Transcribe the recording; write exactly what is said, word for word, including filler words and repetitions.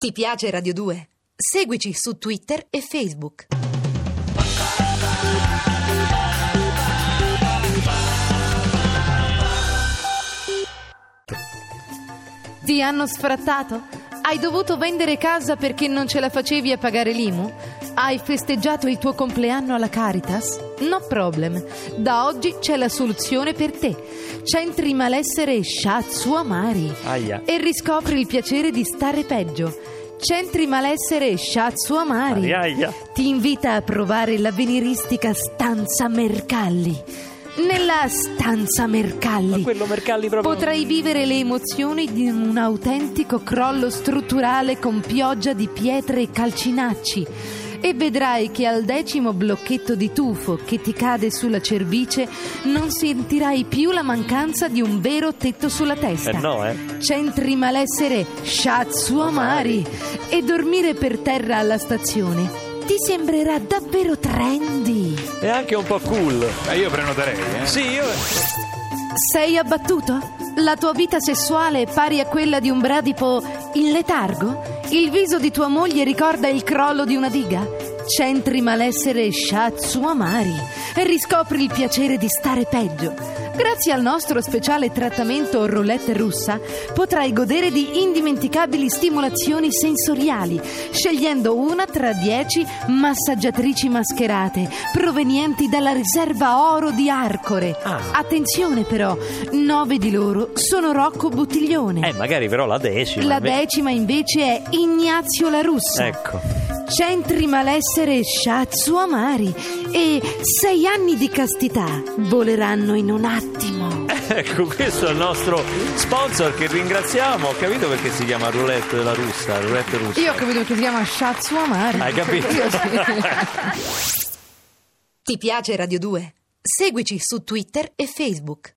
Ti piace Radio due? Seguici su Twitter e Facebook. Ti hanno sfrattato? Hai dovuto vendere casa perché non ce la facevi a pagare l'I M U? Hai festeggiato il tuo compleanno alla Caritas? No problem. Da oggi c'è la soluzione per te. Centri malessere Shiatsu Amari. Aia. E riscopri il piacere di stare peggio. Centri malessere Shiatsu Amari Aia, aia. ti invita a provare l'avveniristica stanza Mercalli. Nella stanza Mercalli Ma quello Mercalli proprio... potrai vivere le emozioni di un autentico crollo strutturale con pioggia di pietre e calcinacci. E vedrai che al decimo blocchetto di tufo che ti cade sulla cervice non sentirai più la mancanza di un vero tetto sulla testa. Eh no, eh. Centri malessere Shiatsu Amari. E dormire per terra alla stazione ti sembrerà davvero trendy. È anche un po' cool. Ma io prenoterei, eh? Sì, io... Sei abbattuto? La tua vita sessuale è pari a quella di un bradipo in letargo? Il viso di tua moglie ricorda il crollo di una diga? Centri malessere Shiatsu Amari e riscopri il piacere di stare peggio. Grazie al nostro speciale trattamento roulette russa potrai godere di indimenticabili stimolazioni sensoriali, scegliendo una tra dieci massaggiatrici mascherate provenienti dalla riserva oro di Arcore. Ah. Attenzione però, nove di loro sono Rocco Buttiglione. Eh, magari però la decima... La invece- decima invece è Ignazio La Russa. Ecco. Centri malessere Shiatsu Amari e sei anni di castità voleranno in un attimo. Ecco, questo è il nostro sponsor che ringraziamo. Ho capito perché si chiama roulette della russa, roulette russa. Io ho capito che si chiama Shiatsu Amari. Hai capito? Io sì. Ti piace Radio due? Seguici su Twitter e Facebook.